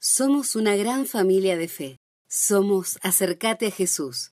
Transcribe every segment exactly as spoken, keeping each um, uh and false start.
Somos una gran familia de fe. Somos Acércate a Jesús.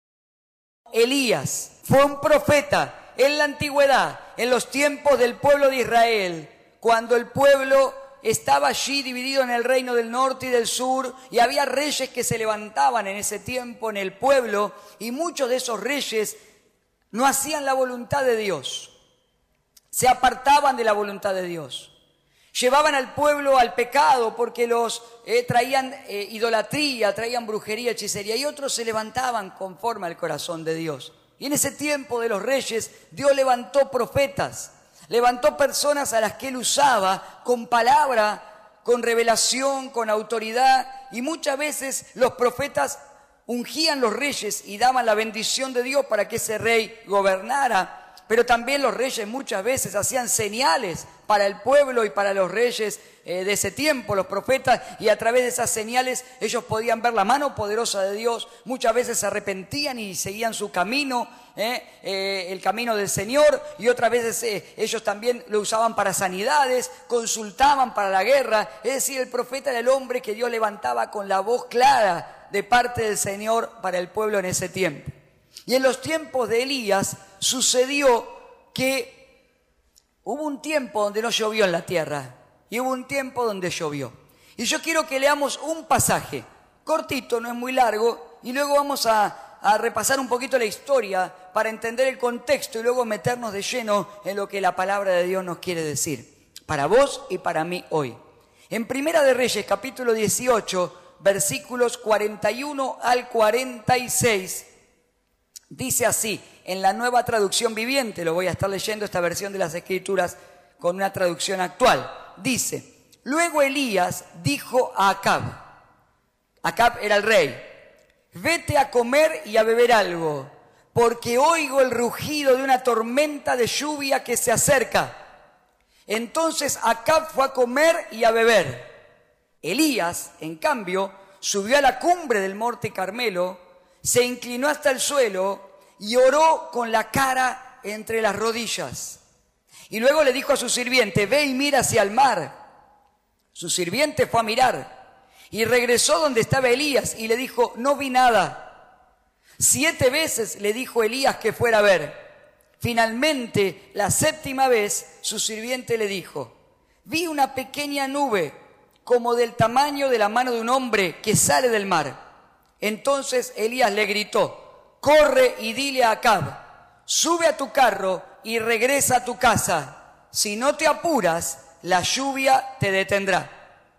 Elías fue un profeta en la antigüedad, en los tiempos del pueblo de Israel, cuando el pueblo estaba allí dividido en el reino del norte y del sur, y había reyes que se levantaban en ese tiempo en el pueblo, y muchos de esos reyes no hacían la voluntad de Dios, se apartaban de la voluntad de Dios. Llevaban al pueblo al pecado porque los eh, traían eh, idolatría, traían brujería, hechicería, y otros se levantaban conforme al corazón de Dios. Y en ese tiempo de los reyes, Dios levantó profetas, levantó personas a las que Él usaba con palabra, con revelación, con autoridad, y muchas veces los profetas ungían los reyes y daban la bendición de Dios para que ese rey gobernara. Pero también los reyes muchas veces hacían señales para el pueblo y para los reyes eh, de ese tiempo, los profetas, y a través de esas señales ellos podían ver la mano poderosa de Dios. Muchas veces se arrepentían y seguían su camino, eh, eh, el camino del Señor, y otras veces eh, ellos también lo usaban para sanidades, consultaban para la guerra. Es decir, el profeta era el hombre que Dios levantaba con la voz clara de parte del Señor para el pueblo en ese tiempo. Y en los tiempos de Elías sucedió que hubo un tiempo donde no llovió en la tierra y hubo un tiempo donde llovió. Y yo quiero que leamos un pasaje, cortito, no es muy largo, y luego vamos a, a repasar un poquito la historia para entender el contexto y luego meternos de lleno en lo que la palabra de Dios nos quiere decir, para vos y para mí hoy. En Primera de Reyes, capítulo dieciocho, versículos cuarenta y uno al cuarenta y seis, dice así, en la Nueva Traducción Viviente, lo voy a estar leyendo esta versión de las Escrituras con una traducción actual. Dice, luego Elías dijo a Acab, Acab era el rey, vete a comer y a beber algo, porque oigo el rugido de una tormenta de lluvia que se acerca. Entonces Acab fue a comer y a beber. Elías, en cambio, subió a la cumbre del monte Carmelo, se inclinó hasta el suelo y oró con la cara entre las rodillas. Y luego le dijo a su sirviente, ve y mira hacia el mar. Su sirviente fue a mirar y regresó donde estaba Elías y le dijo, no vi nada. Siete veces le dijo Elías que fuera a ver. Finalmente, la séptima vez, su sirviente le dijo, vi una pequeña nube como del tamaño de la mano de un hombre que sale del mar. Entonces Elías le gritó, corre y dile a Acab, sube a tu carro y regresa a tu casa. Si no te apuras, la lluvia te detendrá.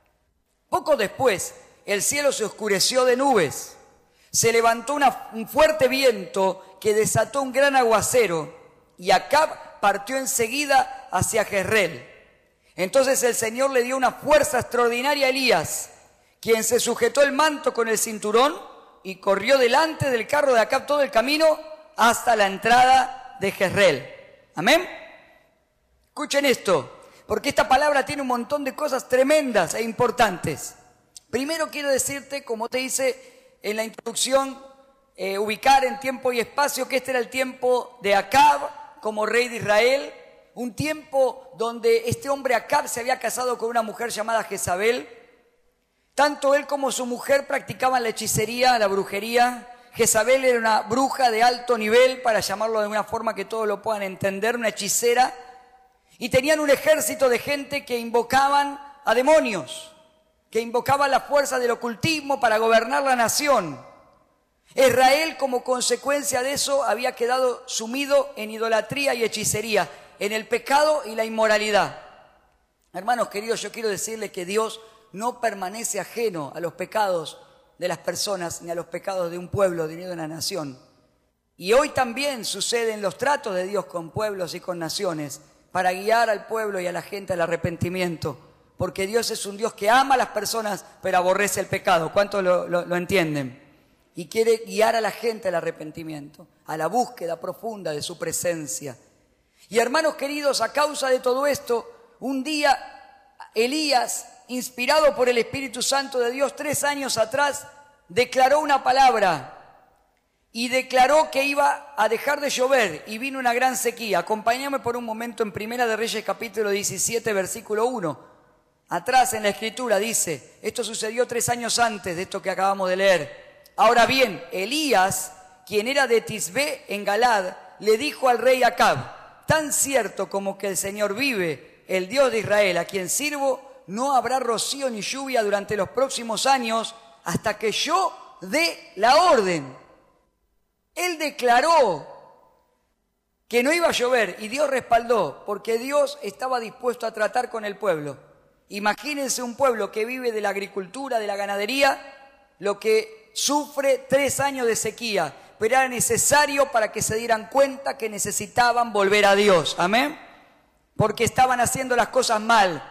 Poco después, el cielo se oscureció de nubes. Se levantó una, un fuerte viento que desató un gran aguacero y Acab partió enseguida hacia Jezreel. Entonces el Señor le dio una fuerza extraordinaria a Elías, quien se sujetó el manto con el cinturón y corrió delante del carro de Acab todo el camino hasta la entrada de Jezreel. ¿Amén? Escuchen esto, porque esta palabra tiene un montón de cosas tremendas e importantes. Primero quiero decirte, como te hice en la introducción, eh, ubicar en tiempo y espacio que este era el tiempo de Acab como rey de Israel, un tiempo donde este hombre Acab se había casado con una mujer llamada Jezabel. Tanto él como su mujer practicaban la hechicería, la brujería. Jezabel era una bruja de alto nivel, para llamarlo de una forma que todos lo puedan entender, una hechicera. Y tenían un ejército de gente que invocaban a demonios, que invocaban la fuerza del ocultismo para gobernar la nación. Israel, como consecuencia de eso, había quedado sumido en idolatría y hechicería, en el pecado y la inmoralidad. Hermanos queridos, yo quiero decirles que Dios no permanece ajeno a los pecados de las personas ni a los pecados de un pueblo, ni de una nación. Y hoy también suceden los tratos de Dios con pueblos y con naciones para guiar al pueblo y a la gente al arrepentimiento, porque Dios es un Dios que ama a las personas pero aborrece el pecado. ¿Cuántos lo, lo, lo entienden? Y quiere guiar a la gente al arrepentimiento, a la búsqueda profunda de su presencia. Y hermanos queridos, a causa de todo esto, un día Elías, inspirado por el Espíritu Santo de Dios, tres años atrás, declaró una palabra y declaró que iba a dejar de llover y vino una gran sequía. Acompáñame por un momento en Primera de Reyes capítulo diecisiete, versículo uno. atrás en la Escritura dice, esto sucedió tres años antes de esto que acabamos de leer. Ahora bien, Elías, quien era de Tisbé en Galad, le dijo al rey Acab, tan cierto como que el Señor vive, el Dios de Israel, a quien sirvo, no habrá rocío ni lluvia durante los próximos años hasta que yo dé la orden. Él declaró que no iba a llover y Dios respaldó porque Dios estaba dispuesto a tratar con el pueblo. Imagínense un pueblo que vive de la agricultura, de la ganadería, lo que sufre tres años de sequía, pero era necesario para que se dieran cuenta que necesitaban volver a Dios. Amén. Porque estaban haciendo las cosas mal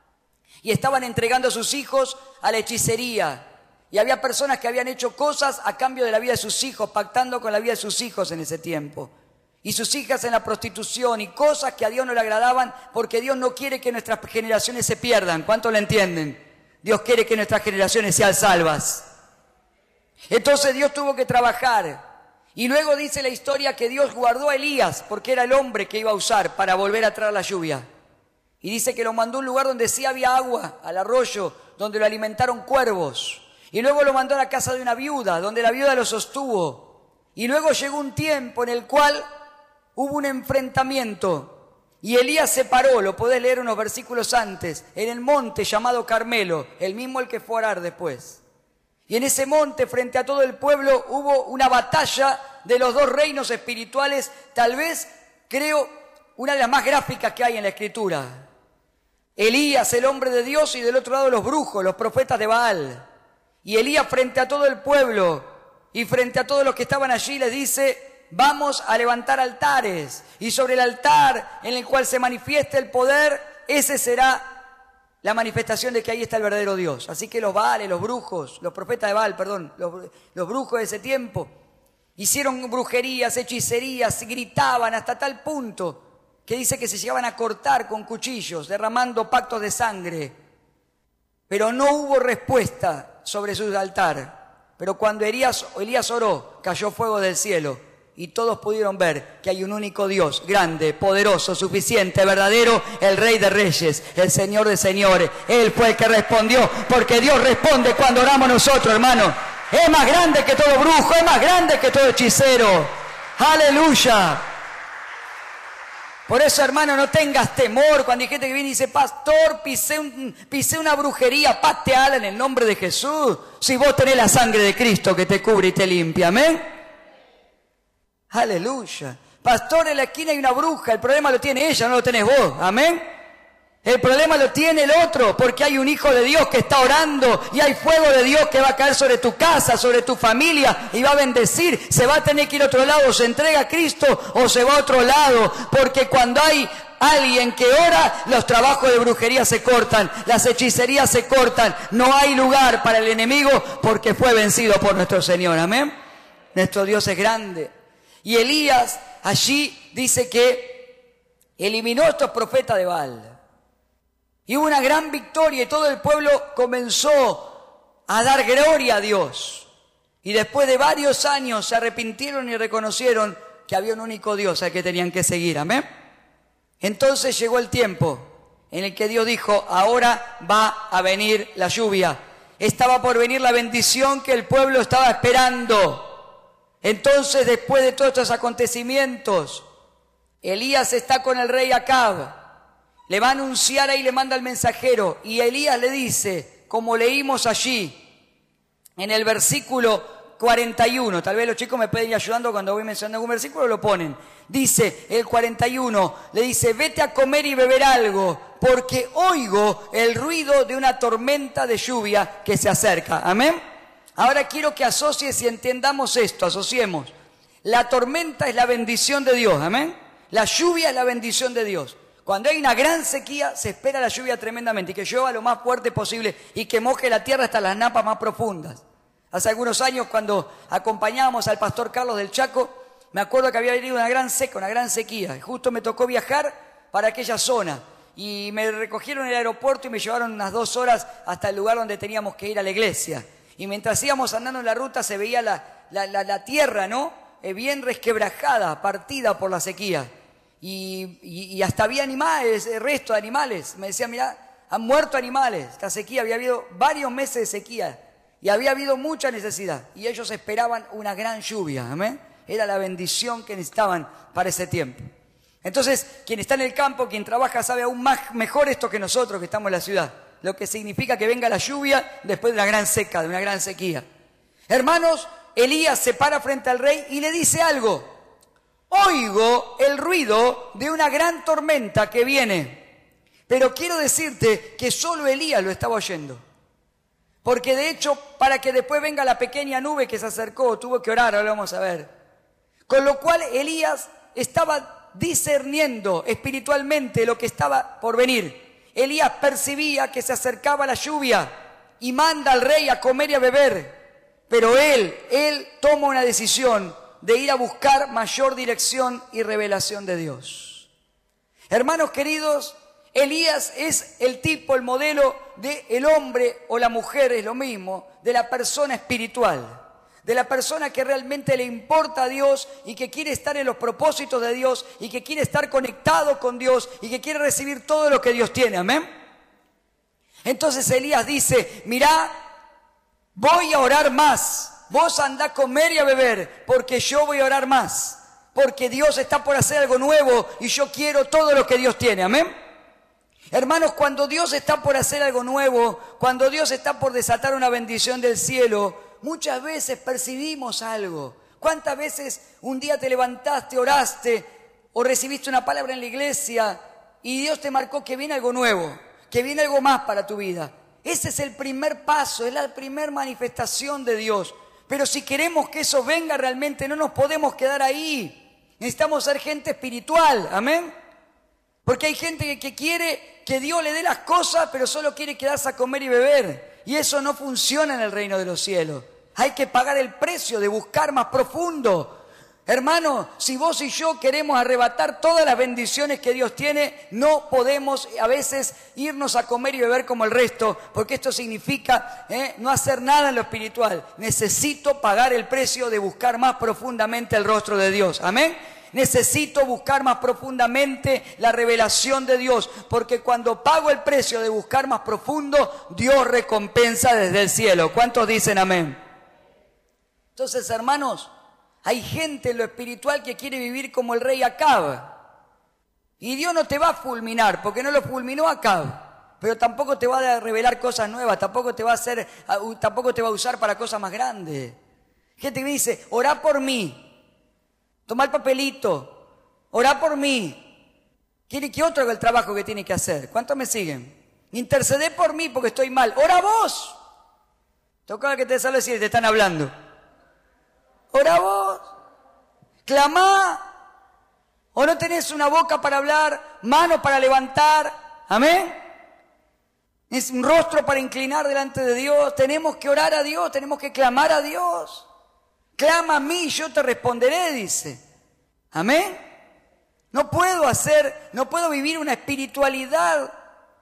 y estaban entregando a sus hijos a la hechicería. Y había personas que habían hecho cosas a cambio de la vida de sus hijos, pactando con la vida de sus hijos en ese tiempo. Y sus hijas en la prostitución y cosas que a Dios no le agradaban, porque Dios no quiere que nuestras generaciones se pierdan. ¿Cuánto le entienden? Dios quiere que nuestras generaciones sean salvas. Entonces Dios tuvo que trabajar. Y luego dice la historia que Dios guardó a Elías, porque era el hombre que iba a usar para volver a traer la lluvia. Y dice que lo mandó a un lugar donde sí había agua, al arroyo, donde lo alimentaron cuervos. Y luego lo mandó a la casa de una viuda, donde la viuda lo sostuvo. Y luego llegó un tiempo en el cual hubo un enfrentamiento. Y Elías se paró, lo podés leer unos versículos antes, en el monte llamado Carmelo, el mismo el que fue a orar después. Y en ese monte, frente a todo el pueblo, hubo una batalla de los dos reinos espirituales, tal vez, creo, una de las más gráficas que hay en la Escritura. Elías, el hombre de Dios, y del otro lado los brujos, los profetas de Baal. Y Elías frente a todo el pueblo y frente a todos los que estaban allí les dice, vamos a levantar altares. Y sobre el altar en el cual se manifieste el poder, ese será la manifestación de que ahí está el verdadero Dios. Así que los Baales, los brujos, los profetas de Baal, perdón, los, los brujos de ese tiempo, hicieron brujerías, hechicerías, gritaban hasta tal punto que dice que se llegaban a cortar con cuchillos, derramando pactos de sangre. Pero no hubo respuesta sobre su altar. Pero cuando Elías, Elías oró, cayó fuego del cielo y todos pudieron ver que hay un único Dios, grande, poderoso, suficiente, verdadero, el Rey de Reyes, el Señor de Señores. Él fue el que respondió, porque Dios responde cuando oramos nosotros, hermano. Es más grande que todo brujo, es más grande que todo hechicero. ¡Aleluya! Por eso, hermano, no tengas temor cuando hay gente que viene y dice, pastor, pisé, un, pisé una brujería, pateala en el nombre de Jesús. Si vos tenés la sangre de Cristo que te cubre y te limpia, amén. Aleluya. Pastor, en la esquina hay una bruja, el problema lo tiene ella, no lo tenés vos, amén. El problema lo tiene el otro, porque hay un hijo de Dios que está orando y hay fuego de Dios que va a caer sobre tu casa, sobre tu familia y va a bendecir. Se va a tener que ir a otro lado, se entrega a Cristo o se va a otro lado, porque cuando hay alguien que ora, los trabajos de brujería se cortan, las hechicerías se cortan, no hay lugar para el enemigo porque fue vencido por nuestro Señor, amén. Nuestro Dios es grande. Y Elías allí dice que eliminó a estos profetas de Baal. Y hubo una gran victoria y todo el pueblo comenzó a dar gloria a Dios. Y después de varios años se arrepintieron y reconocieron que había un único Dios al que tenían que seguir. Amén. Entonces llegó el tiempo en el que Dios dijo, ahora va a venir la lluvia. Estaba por venir la bendición que el pueblo estaba esperando. Entonces, después de todos estos acontecimientos, Elías está con el rey Acab. Le va a anunciar ahí, le manda el mensajero. Y Elías le dice, como leímos allí, en el versículo cuarenta y uno. Tal vez los chicos me pueden ir ayudando cuando voy mencionando algún versículo, lo ponen. Dice el cuarenta y uno, le dice, vete a comer y beber algo, porque oigo el ruido de una tormenta de lluvia que se acerca. Amén. Ahora quiero que asocies y entendamos esto, asociemos. La tormenta es la bendición de Dios. Amén. La lluvia es la bendición de Dios. Cuando hay una gran sequía, se espera la lluvia tremendamente y que llueva lo más fuerte posible y que moje la tierra hasta las napas más profundas. Hace algunos años, cuando acompañábamos al pastor Carlos del Chaco, me acuerdo que había venido una gran seca, una gran sequía. Y justo me tocó viajar para aquella zona. Y me recogieron en el aeropuerto y me llevaron unas dos horas hasta el lugar donde teníamos que ir a la iglesia. Y mientras íbamos andando en la ruta se veía la, la, la, la tierra, ¿no? Eh, bien resquebrajada, partida por la sequía. Y, y, y hasta había animales, el resto de animales. Me decían, mirá, han muerto animales. Esta sequía, había habido varios meses de sequía y había habido mucha necesidad. Y ellos esperaban una gran lluvia, amén. Era la bendición que necesitaban para ese tiempo. Entonces, quien está en el campo, quien trabaja, sabe aún más mejor esto que nosotros que estamos en la ciudad. Lo que significa que venga la lluvia después de una gran seca, de una gran sequía. Hermanos, Elías se para frente al rey y le dice algo. Oigo el ruido de una gran tormenta que viene. Pero quiero decirte que solo Elías lo estaba oyendo. Porque de hecho, para que después venga la pequeña nube que se acercó, tuvo que orar, ahora vamos a ver. Con lo cual Elías estaba discerniendo espiritualmente lo que estaba por venir. Elías percibía que se acercaba la lluvia y manda al rey a comer y a beber. Pero él, él toma una decisión de ir a buscar mayor dirección y revelación de Dios. Hermanos queridos, Elías es el tipo, el modelo del hombre o la mujer, es lo mismo, de la persona espiritual. De la persona que realmente le importa a Dios y que quiere estar en los propósitos de Dios y que quiere estar conectado con Dios y que quiere recibir todo lo que Dios tiene, amén. Entonces Elías dice, mirá, voy a orar más, vos andá a comer y a beber, porque yo voy a orar más, porque Dios está por hacer algo nuevo y yo quiero todo lo que Dios tiene, amén. Hermanos, cuando Dios está por hacer algo nuevo, cuando Dios está por desatar una bendición del cielo, muchas veces percibimos algo. ¿Cuántas veces un día te levantaste, oraste o recibiste una palabra en la iglesia y Dios te marcó que viene algo nuevo, que viene algo más para tu vida? Ese es el primer paso, es la primera manifestación de Dios. Pero si queremos que eso venga realmente, no nos podemos quedar ahí. Necesitamos ser gente espiritual, amén. Porque hay gente que, que quiere que Dios le dé las cosas, pero solo quiere quedarse a comer y beber. Y eso no funciona en el reino de los cielos. Hay que pagar el precio de buscar más profundo. Hermano, si vos y yo queremos arrebatar todas las bendiciones que Dios tiene, no podemos a veces irnos a comer y beber como el resto, porque esto significa eh, no hacer nada en lo espiritual. Necesito pagar el precio de buscar más profundamente el rostro de Dios. Amén. Necesito buscar más profundamente la revelación de Dios, porque cuando pago el precio de buscar más profundo, Dios recompensa desde el cielo. ¿Cuántos dicen amén? Entonces, hermanos, hay gente en lo espiritual que quiere vivir como el rey Acab. Y Dios no te va a fulminar, porque no lo fulminó Acab, pero tampoco te va a revelar cosas nuevas, tampoco te va a hacer, tampoco te va a usar para cosas más grandes. Gente que me dice, orá por mí. Toma el papelito, orá por mí. ¿Quiere que otro haga el trabajo que tiene que hacer? ¿Cuántos me siguen? Intercedé por mí porque estoy mal. ¡Ora vos! Toca que te salve decir, te están hablando. ¡Ora vos! Clamá. ¿O no tenés una boca para hablar, mano para levantar? ¿Amén? Es un rostro para inclinar delante de Dios. Tenemos que orar a Dios, tenemos que clamar a Dios. Clama a mí y yo te responderé, dice. Amén. No puedo hacer, no puedo vivir una espiritualidad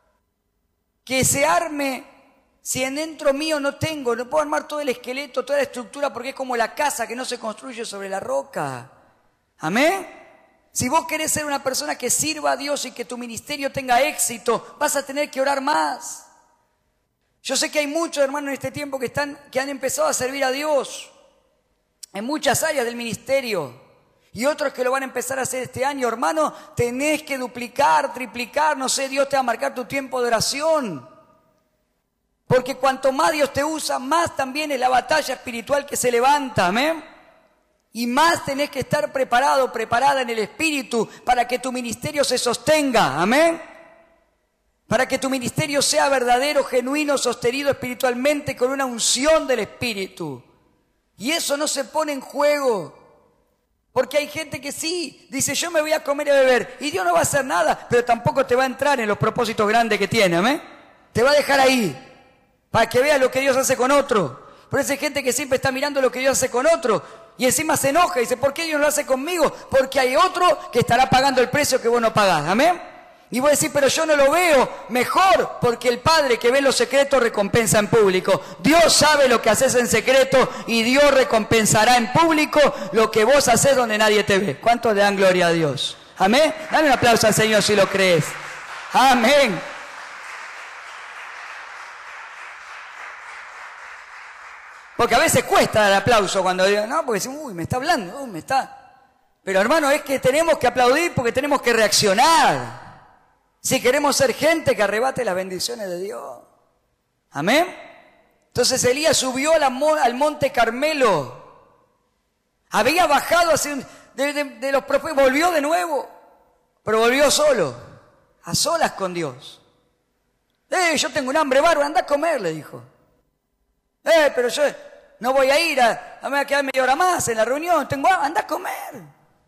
que se arme si en dentro mío no tengo. No puedo armar todo el esqueleto, toda la estructura, porque es como la casa que no se construye sobre la roca. Amén. Si vos querés ser una persona que sirva a Dios y que tu ministerio tenga éxito, vas a tener que orar más. Yo sé que hay muchos hermanos en este tiempo que, están, que han empezado a servir a Dios en muchas áreas del ministerio, y otros que lo van a empezar a hacer este año. Hermano, tenés que duplicar, triplicar, no sé, Dios te va a marcar tu tiempo de oración, porque cuanto más Dios te usa, más también es la batalla espiritual que se levanta, amén, y más tenés que estar preparado, preparada en el espíritu, para que tu ministerio se sostenga, amén, para que tu ministerio sea verdadero, genuino, sostenido espiritualmente con una unción del espíritu. Y eso no se pone en juego, porque hay gente que sí, dice yo me voy a comer y a beber, y Dios no va a hacer nada, pero tampoco te va a entrar en los propósitos grandes que tiene, ¿amén? Te va a dejar ahí, para que veas lo que Dios hace con otro. Pero esa gente que siempre está mirando lo que Dios hace con otro, y encima se enoja y dice, ¿por qué Dios no lo hace conmigo? Porque hay otro que estará pagando el precio que vos no pagás, ¿amén? Y vos decís, pero yo no lo veo. Mejor, porque el Padre que ve los secretos recompensa en público. Dios sabe lo que haces en secreto y Dios recompensará en público lo que vos haces donde nadie te ve. ¿Cuántos le dan gloria a Dios? Amén. Dale un aplauso al Señor si lo crees. Amén. Porque a veces cuesta dar aplauso cuando digo, no, porque decimos, uy, me está hablando, uy, me está. Pero hermano, es que tenemos que aplaudir porque tenemos que reaccionar. Si queremos ser gente que arrebate las bendiciones de Dios. Amén. Entonces Elías subió a la, al monte Carmelo. Había bajado así de, de, de los profetas, volvió de nuevo, pero volvió solo, a solas con Dios. Eh, yo tengo un hambre bárbaro, anda a comer, le dijo. Eh, pero yo no voy a ir, a, a me voy a quedar media hora más en la reunión, tengo hambre, anda a comer.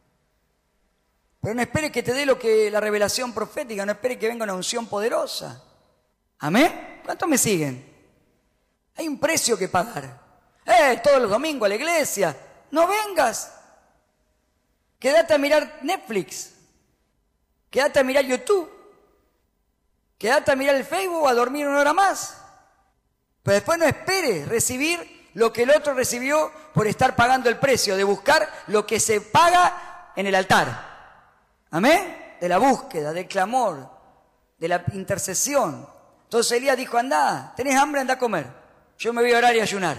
Pero no espere que te dé lo que la revelación profética, no espere que venga una unción poderosa. ¿Amén? ¿Cuántos me siguen? Hay un precio que pagar. Eh, todos los domingos a la iglesia. No vengas. Quédate a mirar Netflix. Quédate a mirar YouTube. Quédate a mirar el Facebook o a dormir una hora más. Pero después no esperes recibir lo que el otro recibió por estar pagando el precio, de buscar lo que se paga en el altar. ¿Amén? De la búsqueda, del clamor, de la intercesión. Entonces Elías dijo, anda, ¿tenés hambre? Anda a comer. Yo me voy a orar y ayunar.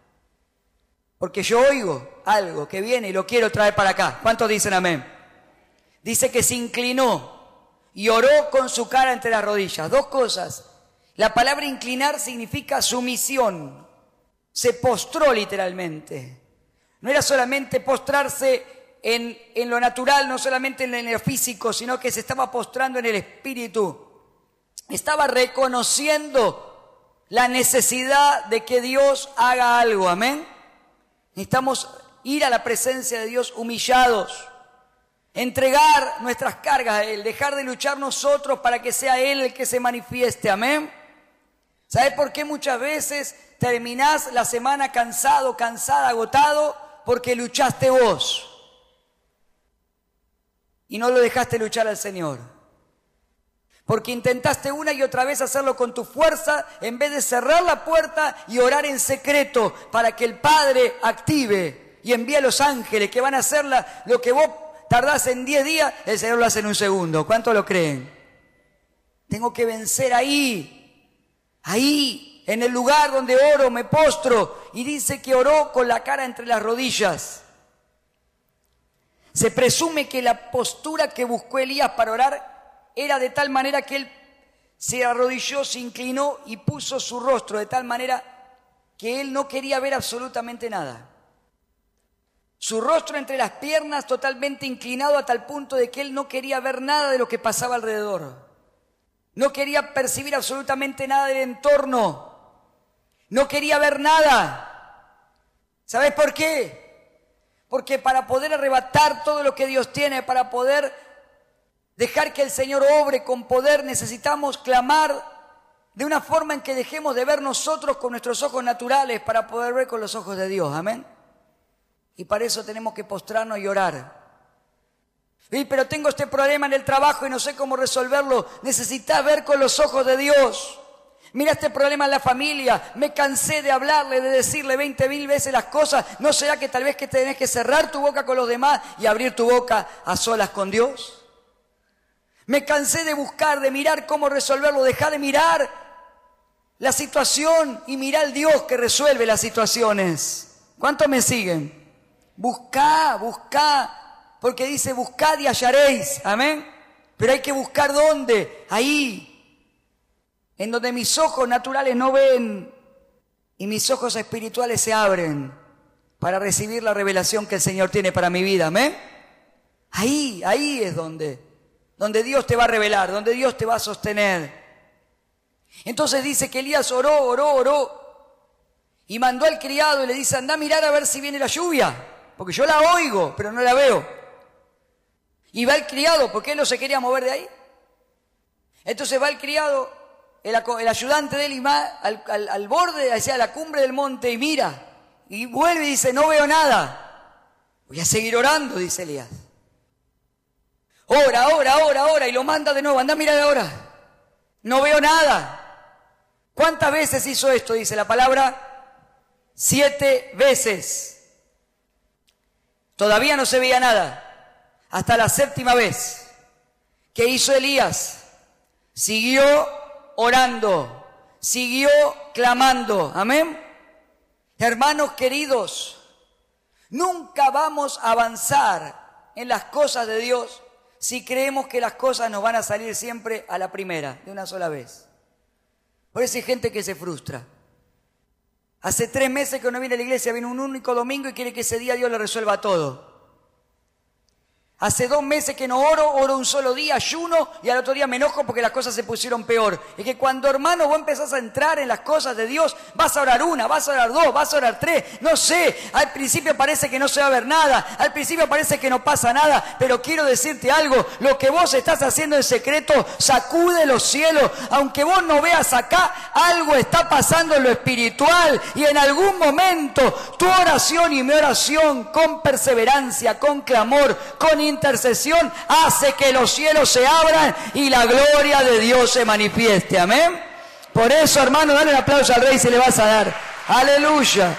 Porque yo oigo algo que viene y lo quiero traer para acá. ¿Cuántos dicen amén? Dice que se inclinó y oró con su cara entre las rodillas. Dos cosas. La palabra inclinar significa sumisión. Se postró literalmente. No era solamente postrarse en, en lo natural, no solamente en lo físico, sino que se estaba postrando en el espíritu. Estaba reconociendo la necesidad de que Dios haga algo. Amén. Necesitamos ir a la presencia de Dios humillados. Entregar nuestras cargas a Él, dejar de luchar nosotros para que sea Él el que se manifieste. Amén. ¿Sabes por qué muchas veces terminás la semana cansado, cansada, agotado? Porque luchaste vos y no lo dejaste luchar al Señor. Porque intentaste una y otra vez hacerlo con tu fuerza en vez de cerrar la puerta y orar en secreto para que el Padre active y envíe a los ángeles que van a hacer la, lo que vos tardás en diez días, el Señor lo hace en un segundo. ¿Cuánto lo creen? Tengo que vencer ahí. Ahí, en el lugar donde oro, me postro. Y dice que oró con la cara entre las rodillas. Se presume que la postura que buscó Elías para orar era de tal manera que él se arrodilló, se inclinó y puso su rostro de tal manera que él no quería ver absolutamente nada. Su rostro entre las piernas totalmente inclinado a tal punto de que él no quería ver nada de lo que pasaba alrededor. No quería percibir absolutamente nada del entorno. No quería ver nada. ¿Sabes por qué? Porque para poder arrebatar todo lo que Dios tiene, para poder dejar que el Señor obre con poder, necesitamos clamar de una forma en que dejemos de ver nosotros con nuestros ojos naturales para poder ver con los ojos de Dios. Amén. Y para eso tenemos que postrarnos y orar. Sí, pero tengo este problema en el trabajo y no sé cómo resolverlo. Necesitas ver con los ojos de Dios. Mira este problema en la familia. Me cansé de hablarle, de decirle veinte mil veces las cosas. ¿No será que tal vez que tenés que cerrar tu boca con los demás y abrir tu boca a solas con Dios? Me cansé de buscar, de mirar cómo resolverlo. Dejá de mirar la situación y mirá al Dios que resuelve las situaciones. ¿Cuántos me siguen? Buscá, buscá. Porque dice, buscad y hallaréis. Amén. Pero hay que buscar ¿dónde? Ahí. En donde mis ojos naturales no ven y mis ojos espirituales se abren para recibir la revelación que el Señor tiene para mi vida. Amén. Ahí, ahí es donde, donde Dios te va a revelar, donde Dios te va a sostener. Entonces dice que Elías oró, oró, oró. Y mandó al criado y le dice, anda a mirar a ver si viene la lluvia. Porque yo la oigo, pero no la veo. Y va el criado, porque él no se quería mover de ahí. Entonces va el criado, el, el ayudante de él, y va al, al, al borde, hacia la cumbre del monte, y mira. Y vuelve y dice, no veo nada. Voy a seguir orando, dice Elías. Ora, ora, ora, ora, y lo manda de nuevo, anda a mirar ahora. No veo nada. ¿Cuántas veces hizo esto? Dice la palabra, siete veces. Todavía no se veía nada. Hasta la séptima vez. ¿Qué hizo Elías? Siguió orando, siguió clamando. Amén. Hermanos queridos, nunca vamos a avanzar en las cosas de Dios si creemos que las cosas nos van a salir siempre a la primera, de una sola vez. Por eso hay gente que se frustra. Hace tres meses que no viene a la iglesia, viene un único domingo y quiere que ese día Dios le resuelva todo. Hace dos meses que no oro, oro un solo día, ayuno y al otro día me enojo porque las cosas se pusieron peor. Es que cuando, hermano, vos empezás a entrar en las cosas de Dios, vas a orar una, vas a orar dos, vas a orar tres, no sé. Al principio parece que no se va a ver nada, al principio parece que no pasa nada, pero quiero decirte algo, lo que vos estás haciendo en secreto sacude los cielos. Aunque vos no veas acá, algo está pasando en lo espiritual y en algún momento tu oración y mi oración con perseverancia, con clamor, con intercesión hace que los cielos se abran y la gloria de Dios se manifieste. Amén. Por eso, hermano, dale un aplauso al Rey si le vas a dar. Aleluya.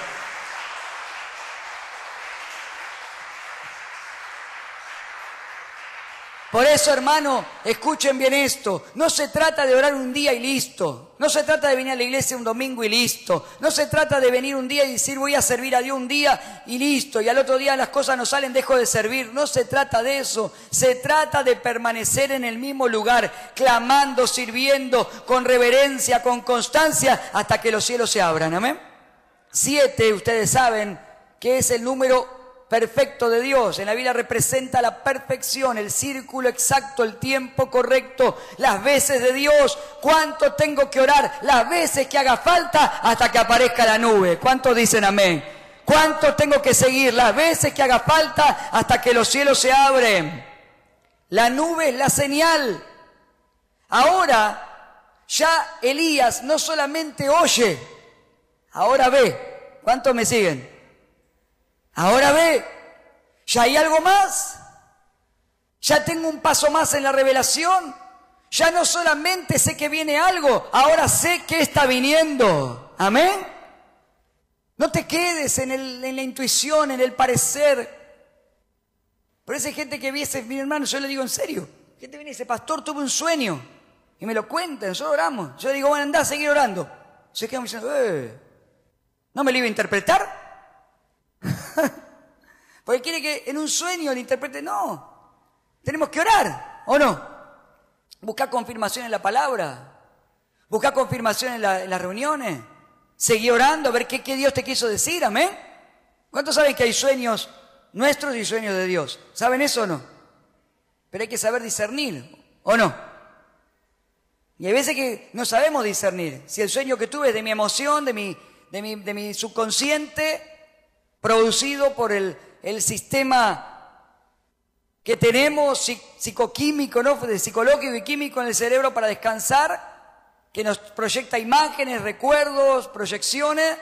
Por eso, hermano, escuchen bien esto. No se trata de orar un día y listo. No se trata de venir a la iglesia un domingo y listo. No se trata de venir un día y decir voy a servir a Dios un día y listo. Y al otro día las cosas no salen, dejo de servir. No se trata de eso. Se trata de permanecer en el mismo lugar, clamando, sirviendo, con reverencia, con constancia, hasta que los cielos se abran. Amén. Siete, ustedes saben que es el número perfecto de Dios. En la Biblia representa la perfección, el círculo exacto, el tiempo correcto, las veces de Dios. ¿Cuánto tengo que orar? Las veces que haga falta hasta que aparezca la nube. ¿Cuántos dicen amén? ¿Cuánto tengo que seguir? Las veces que haga falta hasta que los cielos se abren. La nube es la señal. Ahora ya Elías no solamente oye, ahora ve. ¿Cuántos me siguen? Ahora ve, ya hay algo más, ya tengo un paso más en la revelación, ya no solamente sé que viene algo, ahora sé que está viniendo. Amén. No te quedes en, el, en la intuición, en el parecer. Por eso hay gente que dice, mi hermano, yo le digo en serio, gente viene y dice, pastor, tuve un sueño, y me lo cuentan, nosotros oramos. Yo le digo, bueno, andá a seguir orando. Se quedan diciendo, eh, ¿no me lo iba a interpretar? Porque quiere que en un sueño le interprete. No, tenemos que orar, ¿o no? Buscar confirmación en la palabra, buscar confirmación en, la, en las reuniones, seguir orando a ver qué, qué Dios te quiso decir. Amén. ¿Cuántos saben que hay sueños nuestros y sueños de Dios? ¿Saben eso o no? Pero hay que saber discernir, ¿o no? Y hay veces que no sabemos discernir si el sueño que tuve es de mi emoción, de mi, de mi, de mi subconsciente, producido por el, el sistema que tenemos psicoquímico, ¿no? De psicológico y químico en el cerebro para descansar, que nos proyecta imágenes, recuerdos, proyecciones,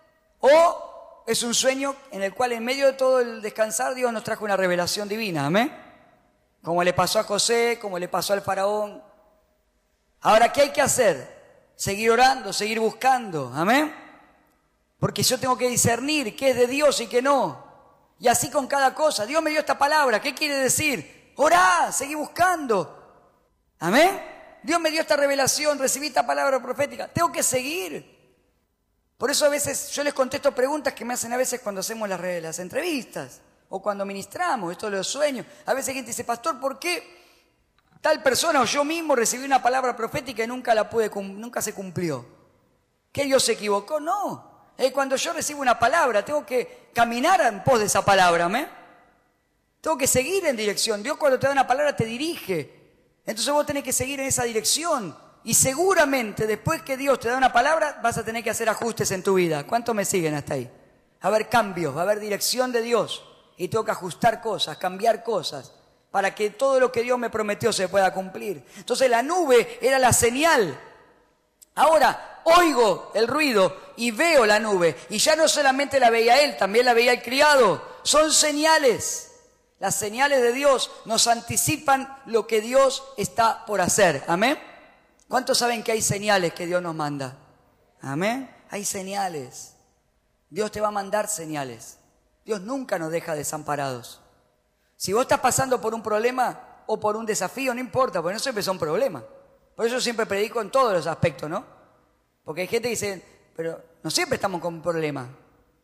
o es un sueño en el cual en medio de todo el descansar Dios nos trajo una revelación divina. Amén. Como le pasó a José, como le pasó al faraón. Ahora, ¿qué hay que hacer? Seguir orando, seguir buscando. Amén. Porque yo tengo que discernir qué es de Dios y qué no. Y así con cada cosa. Dios me dio esta palabra. ¿Qué quiere decir? Orá, seguí buscando. Amén. Dios me dio esta revelación, recibí esta palabra profética. Tengo que seguir. Por eso a veces yo les contesto preguntas que me hacen a veces cuando hacemos las, las entrevistas o cuando ministramos, esto de los sueños. A veces gente dice, pastor, ¿por qué tal persona o yo mismo recibí una palabra profética y nunca la pude, nunca se cumplió? ¿Que Dios se equivocó? No. Eh, cuando yo recibo una palabra, tengo que caminar en pos de esa palabra, ¿me? Tengo que seguir en dirección. Dios cuando te da una palabra te dirige. Entonces vos tenés que seguir en esa dirección. Y seguramente después que Dios te da una palabra, vas a tener que hacer ajustes en tu vida. ¿Cuántos me siguen hasta ahí? Va a haber cambios, va a haber dirección de Dios. Y tengo que ajustar cosas, cambiar cosas, para que todo lo que Dios me prometió se pueda cumplir. Entonces la nube era la señal. Ahora oigo el ruido y veo la nube. Y ya no solamente la veía él, también la veía el criado. Son señales. Las señales de Dios nos anticipan lo que Dios está por hacer. Amén. ¿Cuántos saben que hay señales que Dios nos manda? Amén. Hay señales. Dios te va a mandar señales. Dios nunca nos deja desamparados. Si vos estás pasando por un problema o por un desafío, no importa, porque no siempre son problemas. Por eso siempre predico en todos los aspectos, ¿no? Porque hay gente que dice, pero no siempre estamos con problemas.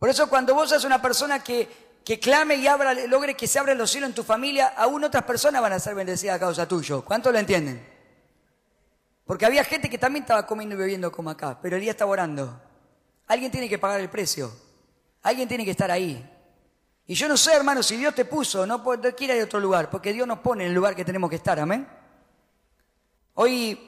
Por eso cuando vos sos una persona que, que clame y abra, logre que se abran los cielos en tu familia, aún otras personas van a ser bendecidas a causa tuyo. ¿Cuántos lo entienden? Porque había gente que también estaba comiendo y bebiendo como acá, pero Elías estaba orando. Alguien tiene que pagar el precio. Alguien tiene que estar ahí. Y yo no sé, hermano, si Dios te puso, no quiere ir a otro lugar, porque Dios nos pone en el lugar que tenemos que estar, amén. Hoy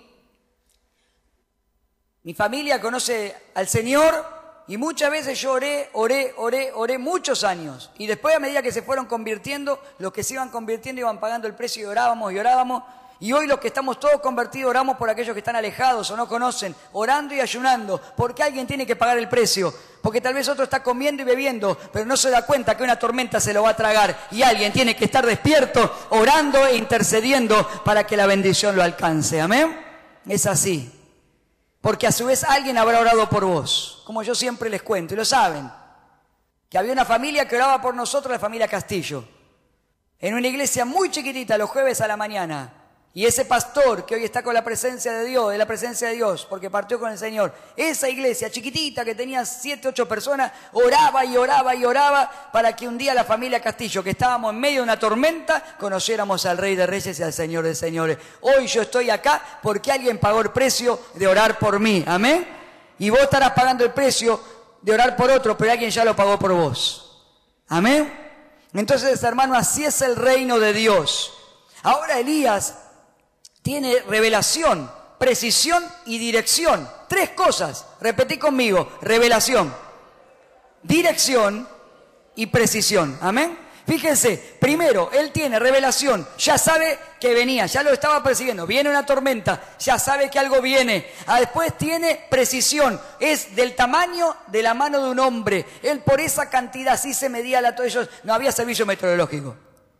mi familia conoce al Señor y muchas veces yo oré, oré, oré, oré muchos años. Y después a medida que se fueron convirtiendo, los que se iban convirtiendo iban pagando el precio y orábamos y orábamos. Y hoy los que estamos todos convertidos oramos por aquellos que están alejados o no conocen, orando y ayunando, porque alguien tiene que pagar el precio. Porque tal vez otro está comiendo y bebiendo, pero no se da cuenta que una tormenta se lo va a tragar. Y alguien tiene que estar despierto, orando e intercediendo para que la bendición lo alcance. ¿Amén? Es así. Porque a su vez alguien habrá orado por vos. Como yo siempre les cuento, y lo saben. Que había una familia que oraba por nosotros, la familia Castillo. En una iglesia muy chiquitita, los jueves a la mañana. Y ese pastor que hoy está con la presencia de Dios, de la presencia de Dios, porque partió con el Señor, esa iglesia chiquitita que tenía siete, ocho personas, oraba y oraba y oraba para que un día la familia Castillo, que estábamos en medio de una tormenta, conociéramos al Rey de Reyes y al Señor de Señores. Hoy yo estoy acá porque alguien pagó el precio de orar por mí, amén. Y vos estarás pagando el precio de orar por otro, pero alguien ya lo pagó por vos, amén. Entonces, hermano, así es el reino de Dios. Ahora Elías tiene revelación, precisión y dirección. Tres cosas. Repetí conmigo. Revelación, dirección y precisión. Amén. Fíjense, primero, él tiene revelación. Ya sabe que venía, ya lo estaba persiguiendo. Viene una tormenta, ya sabe que algo viene. Ah, después tiene precisión. Es del tamaño de la mano de un hombre. Él por esa cantidad, así se medía la todo ellos. No había servicio meteorológico.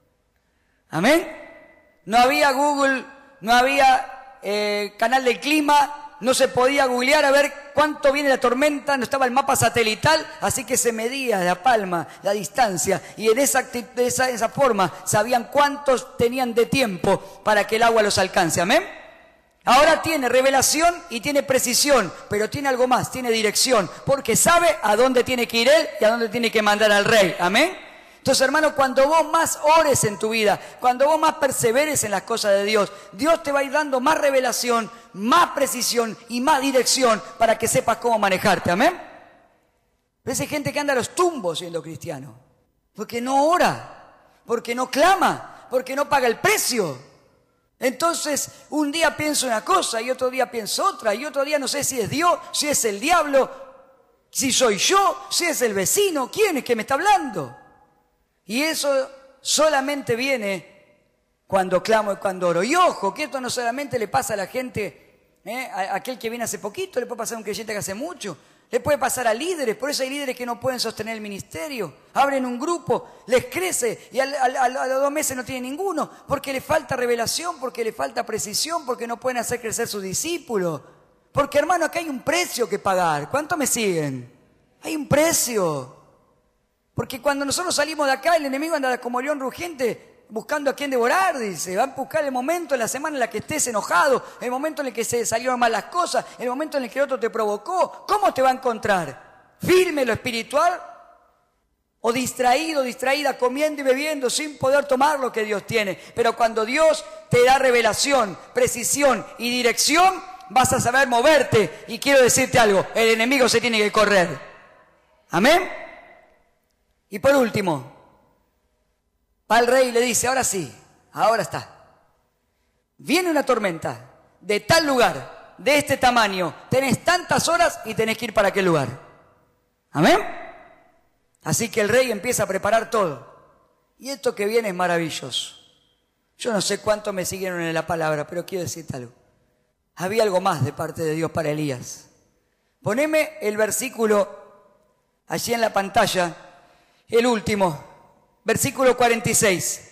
Amén. No había Google. No había eh, canal del clima, no se podía googlear a ver cuánto viene la tormenta, no estaba el mapa satelital, así que se medía la palma, la distancia, y en esa, de esa, esa forma sabían cuántos tenían de tiempo para que el agua los alcance, ¿amén? Ahora tiene revelación y tiene precisión, pero tiene algo más, tiene dirección, porque sabe a dónde tiene que ir él y a dónde tiene que mandar al rey, ¿amén? Entonces, hermano, cuando vos más ores en tu vida, cuando vos más perseveres en las cosas de Dios, Dios te va a ir dando más revelación, más precisión y más dirección para que sepas cómo manejarte, ¿amén? Pero hay gente que anda a los tumbos siendo cristiano, porque no ora, porque no clama, porque no paga el precio. Entonces, un día pienso una cosa y otro día pienso otra, y otro día no sé si es Dios, si es el diablo, si soy yo, si es el vecino, ¿quién es que me está hablando? Y eso solamente viene cuando clamo y cuando oro. Y ojo, que esto no solamente le pasa a la gente, ¿eh? a aquel que viene hace poquito, le puede pasar a un creyente que hace mucho, le puede pasar a líderes. Por eso hay líderes que no pueden sostener el ministerio. Abren un grupo, les crece y al, al, al, a los dos meses no tienen ninguno, porque le falta revelación, porque le falta precisión, porque no pueden hacer crecer sus discípulos. Porque, hermano, acá hay un precio que pagar. ¿Cuánto me siguen? Hay un precio. Porque cuando nosotros salimos de acá, el enemigo anda como león rugiente buscando a quién devorar, dice. Va a buscar el momento en la semana en la que estés enojado, el momento en el que se salieron mal las cosas, el momento en el que otro te provocó. ¿Cómo te va a encontrar? ¿Firme lo espiritual? ¿O distraído, distraída, comiendo y bebiendo sin poder tomar lo que Dios tiene? Pero cuando Dios te da revelación, precisión y dirección, vas a saber moverte. Y quiero decirte algo, el enemigo se tiene que correr. ¿Amén? Y por último, va el rey y le dice, ahora sí, ahora está. Viene una tormenta de tal lugar, de este tamaño, tenés tantas horas y tenés que ir para aquel lugar. ¿Amén? Así que el rey empieza a preparar todo. Y esto que viene es maravilloso. Yo no sé cuánto me siguieron en la palabra, pero quiero decirte algo. Había algo más de parte de Dios para Elías. Poneme el versículo allí en la pantalla. El último, versículo cuarenta y seis.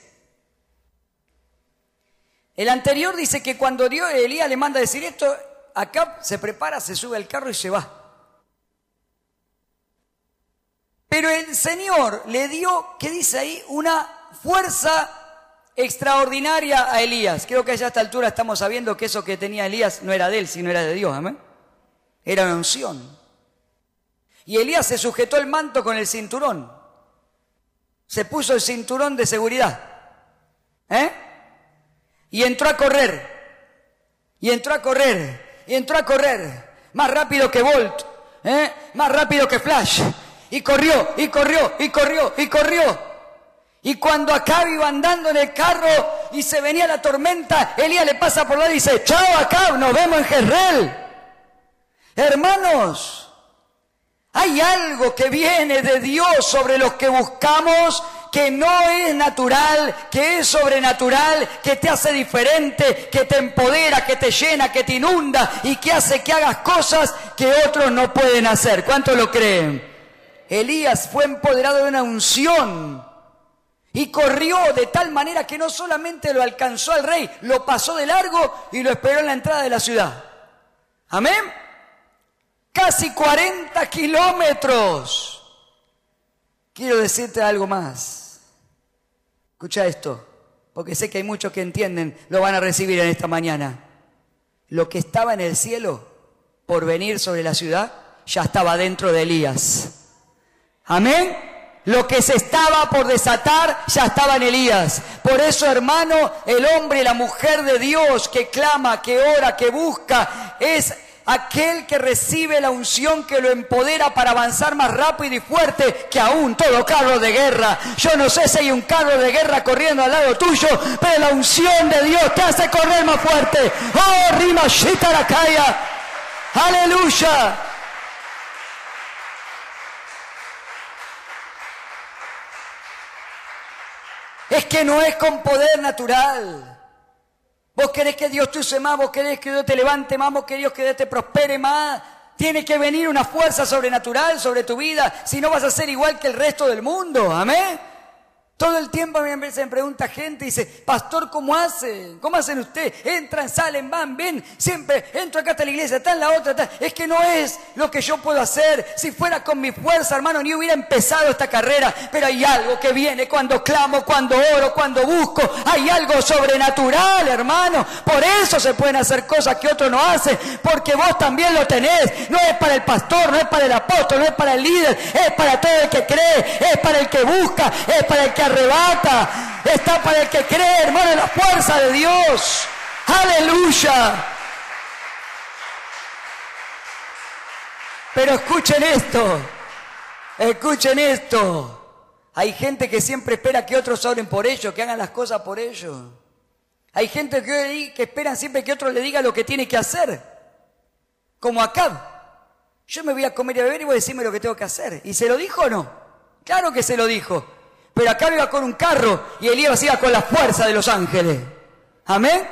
El anterior dice que cuando Dios, Elías le manda a decir esto, Acab se prepara, se sube al carro y se va. Pero el Señor le dio, ¿qué dice ahí? Una fuerza extraordinaria a Elías. Creo que ya a esta altura estamos sabiendo que eso que tenía Elías no era de él, sino era de Dios, ¿amén? Era una unción. Y Elías se sujetó el manto con el cinturón. Se puso el cinturón de seguridad. ¿Eh? Y entró a correr. Y entró a correr. Y entró a correr. Más rápido que Bolt. ¿Eh? Más rápido que Flash. Y corrió, y corrió, y corrió, y corrió. Y cuando Acab iba andando en el carro y se venía la tormenta, Elías le pasa por lado y dice: chao Acab, nos vemos en Jezreel. Hermanos, hay algo que viene de Dios sobre los que buscamos, que no es natural, que es sobrenatural, que te hace diferente, que te empodera, que te llena, que te inunda y que hace que hagas cosas que otros no pueden hacer. ¿Cuántos lo creen? Elías fue empoderado de una unción y corrió de tal manera que no solamente lo alcanzó al rey, lo pasó de largo y lo esperó en la entrada de la ciudad. ¿Amén? Casi cuarenta kilómetros. Quiero decirte algo más. Escucha esto, porque sé que hay muchos que entienden, lo van a recibir en esta mañana. Lo que estaba en el cielo por venir sobre la ciudad ya estaba dentro de Elías. Amén. Lo que se estaba por desatar ya estaba en Elías. Por eso, hermano, el hombre y la mujer de Dios que clama, que ora, que busca, es aquel que recibe la unción que lo empodera para avanzar más rápido y fuerte que aún todo carro de guerra. Yo no sé si hay un carro de guerra corriendo al lado tuyo, pero la unción de Dios te hace correr más fuerte. ¡Oh, Rima Shitarakaya! ¡Aleluya! Es que no es con poder natural. Vos querés que Dios te use más, vos querés que Dios te levante más, vos querés que Dios te prospere más. Tiene que venir una fuerza sobrenatural sobre tu vida, si no vas a ser igual que el resto del mundo. Amén. Todo el tiempo a mí me pregunta gente y dice: pastor, ¿cómo hacen? ¿Cómo hacen ustedes? Entran, salen, van, ven, siempre entro acá hasta la iglesia, está en la otra, está. Es que no es lo que yo puedo hacer. Si fuera con mi fuerza, hermano, ni hubiera empezado esta carrera. Pero hay algo que viene cuando clamo, cuando oro, cuando busco. Hay algo sobrenatural, hermano. Por eso se pueden hacer cosas que otros no hacen, porque vos también lo tenés. No es para el pastor, no es para el apóstol, no es para el líder, es para todo el que cree, es para el que busca, es para el que arrebata, está para el que cree, hermano, en la fuerza de Dios. ¡Aleluya! Pero escuchen esto, escuchen esto. Hay gente que siempre espera que otros oren por ellos, que hagan las cosas por ellos. Hay gente que, que esperan siempre que otro le diga lo que tiene que hacer. Como Acab. Yo me voy a comer y a beber y voy a decirme lo que tengo que hacer. ¿Y se lo dijo o no? Claro que se lo dijo. Pero Acab iba con un carro y Elías iba con la fuerza de los ángeles. Amén.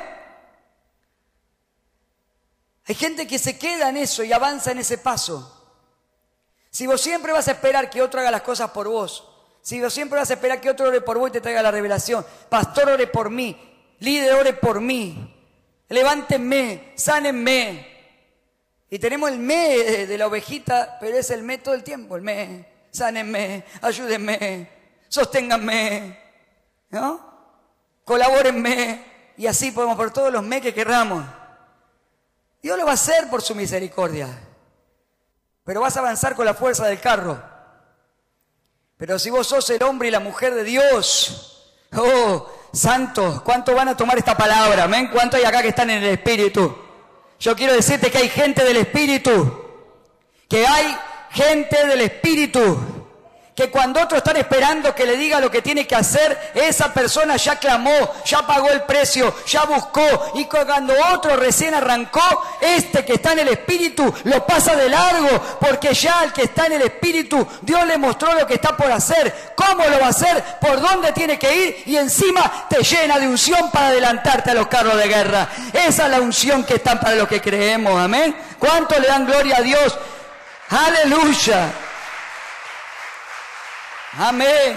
Hay gente que se queda en eso y avanza en ese paso. Si vos siempre vas a esperar que otro haga las cosas por vos, si vos siempre vas a esperar que otro ore por vos y te traiga la revelación, pastor, ore por mí, líder, ore por mí, levántenme, sánenme. Y tenemos el me de la ovejita, pero es el me todo el tiempo, el me, sánenme, ayúdenme, sosténganme, ¿no? Colabórenme, y así podemos por todos los me que querramos. Dios lo va a hacer por su misericordia, pero vas a avanzar con la fuerza del carro. Pero si vos sos el hombre y la mujer de Dios, oh, santos, ¿cuántos van a tomar esta palabra? ¿Amén? ¿Cuántos hay acá que están en el Espíritu? Yo quiero decirte que hay gente del Espíritu, que hay gente del Espíritu, que cuando otros están esperando que le diga lo que tiene que hacer, esa persona ya clamó, ya pagó el precio, ya buscó, y cuando otro recién arrancó, este que está en el Espíritu lo pasa de largo, porque ya al que está en el Espíritu, Dios le mostró lo que está por hacer, cómo lo va a hacer, por dónde tiene que ir, y encima te llena de unción para adelantarte a los carros de guerra. Esa es la unción que está para los que creemos, amén. ¿Cuánto le dan gloria a Dios? Aleluya. Amén.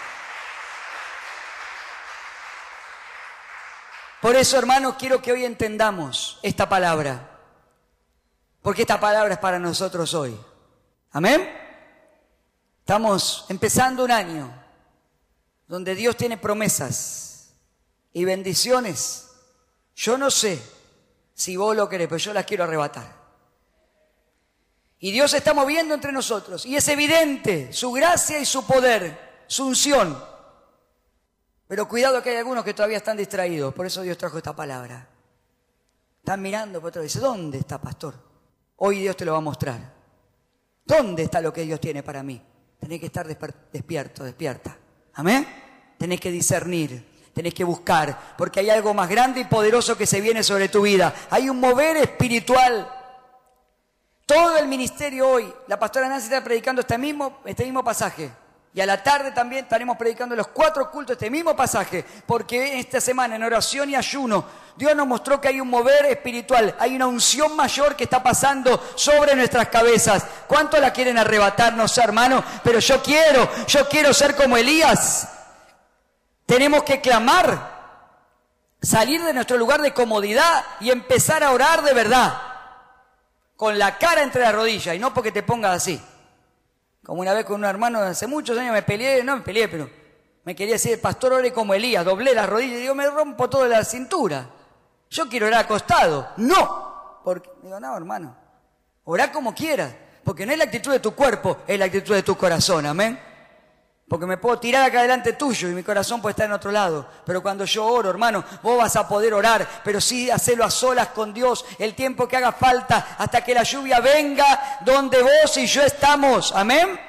Por eso, hermanos, quiero que hoy entendamos esta palabra, porque esta palabra es para nosotros hoy. Amén. Estamos empezando un año donde Dios tiene promesas y bendiciones. Yo no sé si vos lo querés, pero yo las quiero arrebatar. Y Dios se está moviendo entre nosotros. Y es evidente su gracia y su poder, su unción. Pero cuidado que hay algunos que todavía están distraídos. Por eso Dios trajo esta palabra. Están mirando por otro lado. Dice, ¿dónde está, pastor? Hoy Dios te lo va a mostrar. ¿Dónde está lo que Dios tiene para mí? Tenés que estar despierto, despierta. ¿Amén? Tenés que discernir, tenés que buscar, porque hay algo más grande y poderoso que se viene sobre tu vida. Hay un mover espiritual. Todo el ministerio hoy, la pastora Nancy está predicando este mismo, este mismo pasaje. Y a la tarde también estaremos predicando los cuatro cultos este mismo pasaje, porque esta semana en oración y ayuno, Dios nos mostró que hay un mover espiritual, hay una unción mayor que está pasando sobre nuestras cabezas. ¿Cuántos la quieren arrebatarnos, hermano? Pero yo quiero, yo quiero ser como Elías. Tenemos que clamar, salir de nuestro lugar de comodidad y empezar a orar de verdad, con la cara entre las rodillas y no porque te pongas así. Como una vez con un hermano hace muchos años me peleé, no me peleé, pero me quería decir, pastor, ore como Elías, doblé las rodillas y digo, me rompo toda la cintura. Yo quiero orar acostado. No, porque digo, no, hermano, orá como quieras, porque no es la actitud de tu cuerpo, es la actitud de tu corazón, amén. Porque me puedo tirar acá delante tuyo y mi corazón puede estar en otro lado. Pero cuando yo oro, hermano, vos vas a poder orar. Pero sí, hacelo a solas con Dios el tiempo que haga falta hasta que la lluvia venga donde vos y yo estamos. Amén.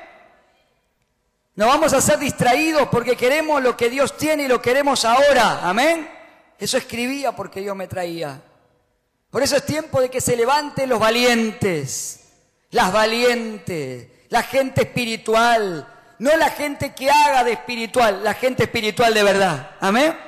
No vamos a ser distraídos porque queremos lo que Dios tiene y lo queremos ahora. Amén. Eso escribía porque Dios me traía. Por eso es tiempo de que se levanten los valientes, las valientes, la gente espiritual. No la gente que haga de espiritual, la gente espiritual de verdad. Amén.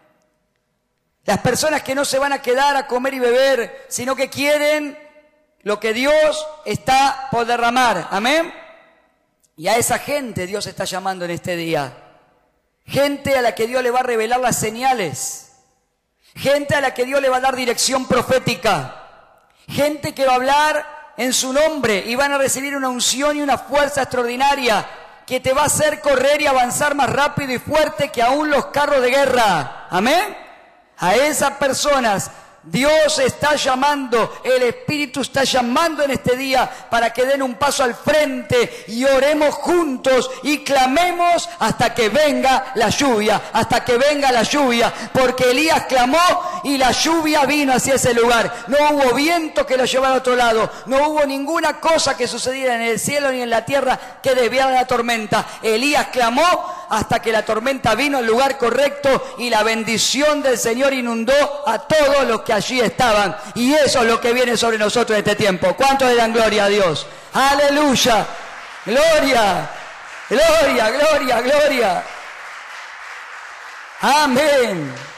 Las personas que no se van a quedar a comer y beber, sino que quieren lo que Dios está por derramar. Amén. Y a esa gente Dios está llamando en este día. Gente a la que Dios le va a revelar las señales. Gente a la que Dios le va a dar dirección profética. Gente que va a hablar en su nombre y van a recibir una unción y una fuerza extraordinaria que te va a hacer correr y avanzar más rápido y fuerte que aún los carros de guerra. Amén. A esas personas Dios está llamando, el Espíritu está llamando en este día para que den un paso al frente y oremos juntos y clamemos hasta que venga la lluvia, hasta que venga la lluvia, porque Elías clamó y la lluvia vino hacia ese lugar. No hubo viento que lo llevara a otro lado, no hubo ninguna cosa que sucediera en el cielo ni en la tierra que desviara la tormenta. Elías clamó hasta que la tormenta vino al lugar correcto y la bendición del Señor inundó a todos los que allí estaban. Y eso es lo que viene sobre nosotros en este tiempo. ¿Cuántos le dan gloria a Dios? ¡Aleluya! ¡Gloria! ¡Gloria, gloria, gloria! ¡Amén!